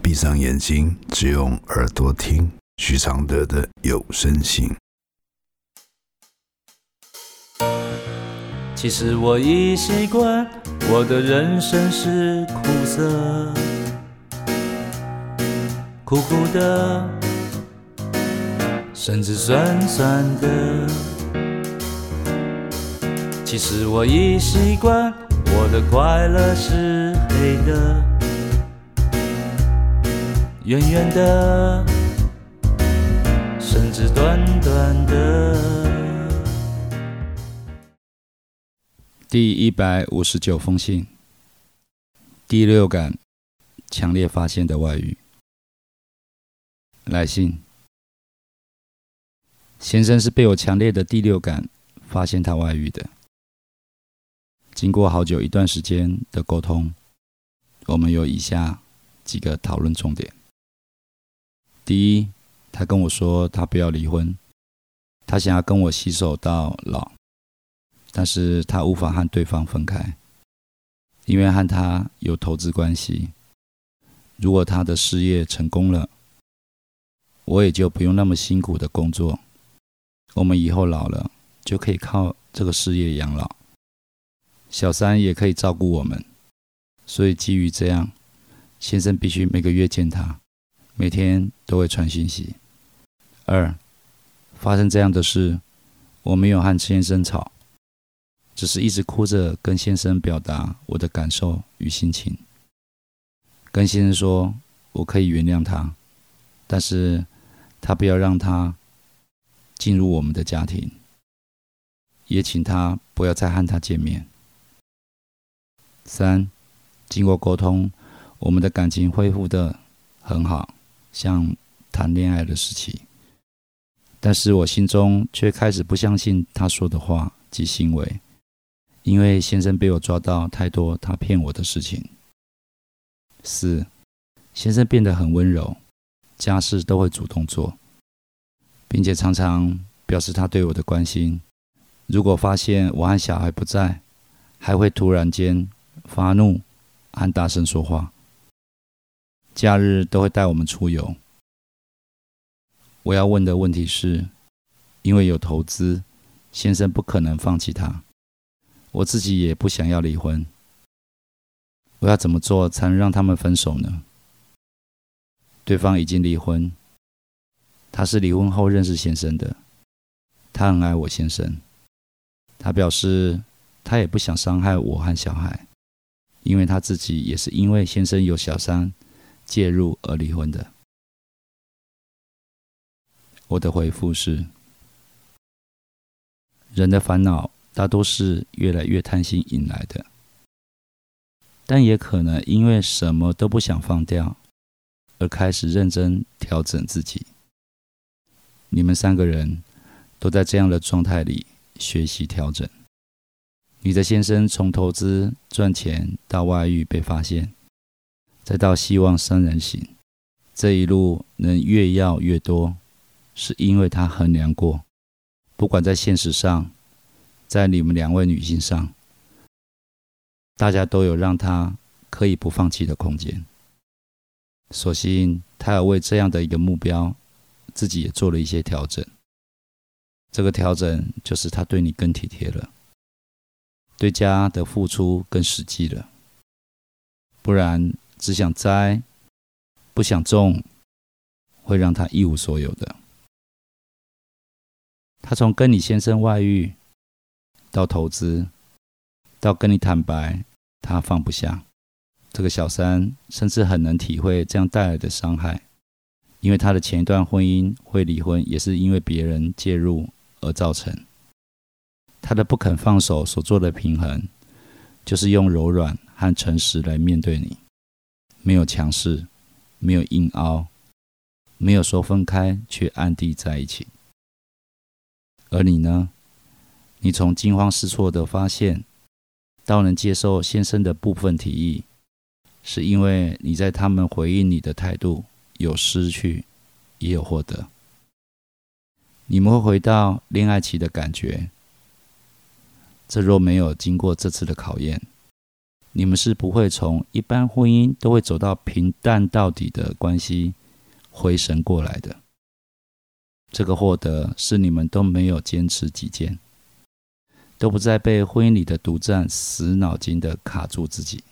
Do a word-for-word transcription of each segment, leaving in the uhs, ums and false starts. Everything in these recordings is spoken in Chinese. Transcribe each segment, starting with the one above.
闭上眼睛，只用耳朵听许常德的有声信。 其实我已习惯，我的人生是苦涩，苦苦的，甚至酸酸的。其实我已习惯，我的快乐是黑的，圆圆的，甚至短短的。 第一百五十九封信，第六感强烈发现的外遇。来信：先生是被我强烈的第六感发现他外遇的。经过好久一段时间的沟通，我们有以下几个讨论重点。第一，他跟我说他不要离婚，他想要跟我携手到老，但是他无法和对方分开，因为和他有投资关系。如果他的事业成功了，我也就不用那么辛苦的工作，我们以后老了就可以靠这个事业养老，小三也可以照顾我们。所以基于这样，先生必须每个月见他，每天都会传讯息。二，发生这样的事，我没有和先生吵，只是一直哭着跟先生表达我的感受与心情，跟先生说我可以原谅他，但是他不要让他进入我们的家庭，也请他不要再和他见面。三，经过沟通，我们的感情恢复得很好，像谈恋爱的时期，但是我心中却开始不相信他说的话及行为，因为先生被我抓到太多他骗我的事情。四，先生变得很温柔，家事都会主动做，并且常常表示他对我的关心。如果发现我和小孩不在，还会突然间发怒和大声说话。假日都会带我们出游。我要问的问题是，因为有投资，先生不可能放弃他，我自己也不想要离婚，我要怎么做才能让他们分手呢？对方已经离婚，他是离婚后认识先生的，他很爱我先生，他表示他也不想伤害我和小孩，因为他自己也是因为先生有小三介入而离婚的。我的回复是，人的烦恼大多是越来越贪心引来的，但也可能因为什么都不想放掉，而开始认真调整自己。你们三个人都在这样的状态里学习调整。你的先生从投资赚钱到外遇被发现，再到希望三人行，这一路能越要越多，是因为他衡量过，不管在现实上，在你们两位女性上，大家都有让他可以不放弃的空间。所幸他有为这样的一个目标，自己也做了一些调整。这个调整就是他对你更体贴了，对家的付出更实际了。不然只想栽不想种，会让他一无所有的。他从跟你先生外遇到投资，到跟你坦白他放不下，这个小三甚至很能体会这样带来的伤害，因为他的前一段婚姻会离婚，也是因为别人介入而造成。他的不肯放手所做的平衡，就是用柔软和诚实来面对你，没有强势，没有硬凹，没有说分开却暗地在一起。而你呢？你从惊慌失措的发现，到能接受先生的部分提议，是因为你在他们回应你的态度有失去，也有获得。你们会回到恋爱期的感觉，这若没有经过这次的考验， 你们是不会从一般婚姻都会走到平淡到底的关系回神过来的。这个获得是你们都没有坚持己见，都不再被婚姻里的独占死脑筋的卡住自己。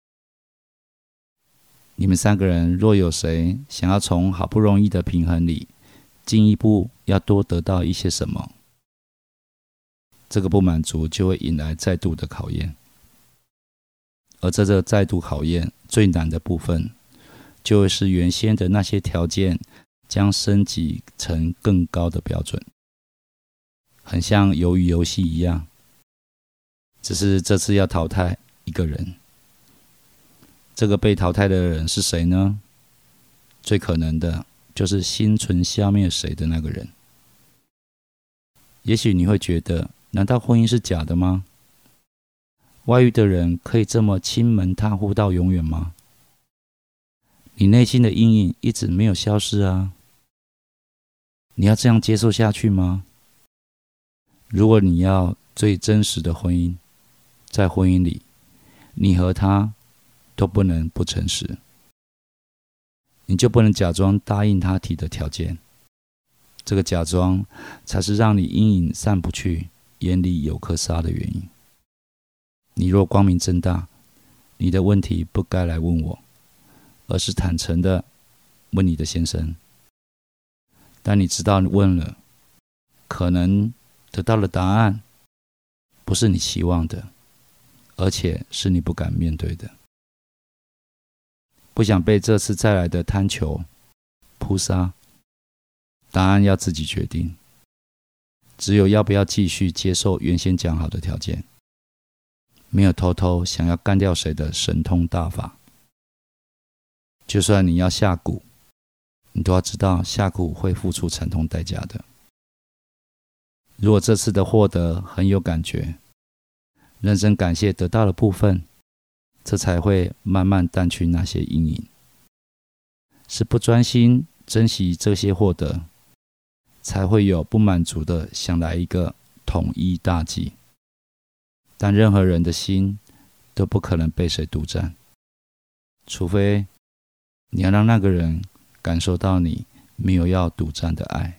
你们三个人若有谁想要从好不容易的平衡里进一步要多得到一些什么，这个不满足就会引来再度的考验。而在这再度考验最难的部分，就会是原先的那些条件将升级成更高的标准，很像鱿鱼游戏一样，只是这次要淘汰一个人。这个被淘汰的人是谁呢？最可能的就是心存消灭谁的那个人。也许你会觉得，难道婚姻是假的吗？外遇的人可以这么亲门踏户到永远吗？你内心的阴影一直没有消失啊，你要这样接受下去吗？如果你要最真实的婚姻，在婚姻里，你和他都不能不诚实，你就不能假装答应他提的条件。这个假装才是让你阴影散不去，眼里有颗沙的原因。你若光明正大，你的问题不该来问我，而是坦诚的问你的先生。但你知道你问了，可能得到的答案不是你期望的，而且是你不敢面对的。不想被这次再来的贪求扑杀，答案要自己决定。只有要不要继续接受原先讲好的条件，没有偷偷想要干掉谁的神通大法。就算你要下蛊，你都要知道下蛊会付出惨痛代价的。如果这次的获得很有感觉，认真感谢得到的部分，这才会慢慢淡去那些阴影。是不专心珍惜这些获得，才会有不满足的想来一个统一大计。但任何人的心都不可能被谁独占，除非你要让那个人感受到你没有要独占的爱。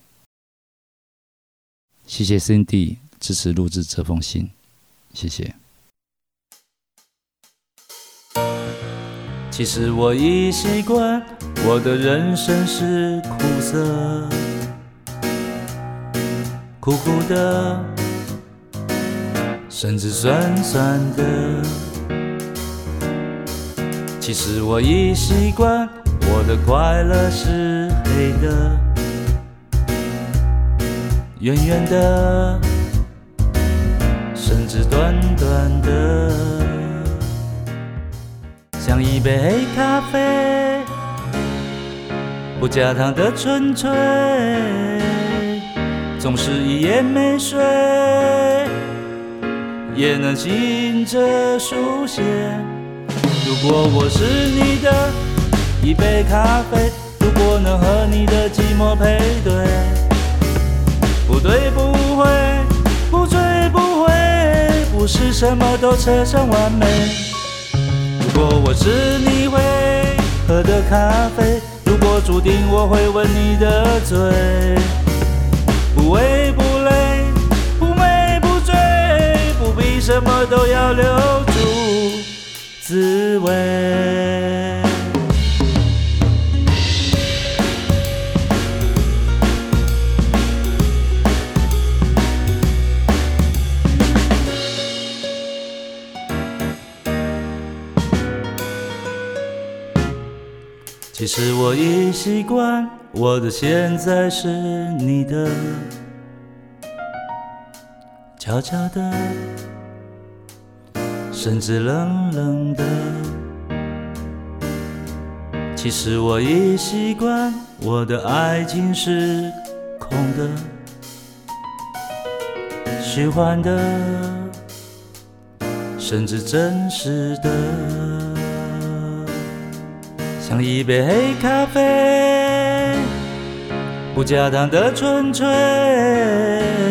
谢谢 Cindy 支持录制这封信，谢谢。 其实我已习惯，我的人生是苦涩，苦苦的，甚至酸酸的。其实我已习惯，我的快乐是黑的，圆圆的，甚至短短的。像一杯黑咖啡，不加糖的纯粹，总是一夜没睡，也能醒着书写。如果我是你的一杯咖啡，如果能和你的寂寞配对，不对不会，不醉不会，不是什么都扯上完美。如果我是你会喝的咖啡，如果注定我会吻你的嘴，不为不累，不美不醉，不必什么都要留住滋味。其实我已习惯，我的现在是你的，悄悄的，甚至冷冷的。其实我已习惯，我的爱情是空的，虚幻的，甚至真实的。像一杯黑咖啡，不加糖的纯粹，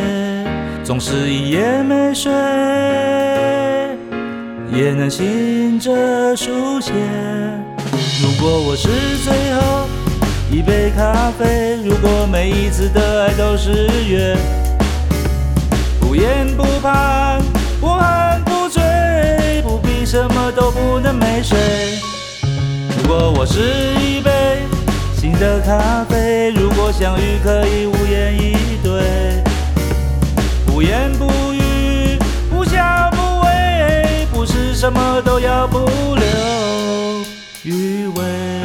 总是一夜没睡，也能醒听着书写。如果我是最后一杯咖啡，如果每一次的爱都是约，不言不盼，不寒不醉，不必什么都不能没睡。如果我是一杯新的咖啡，如果相遇可以无言以对，不言不语，不笑不为，不是什么都要不留余味。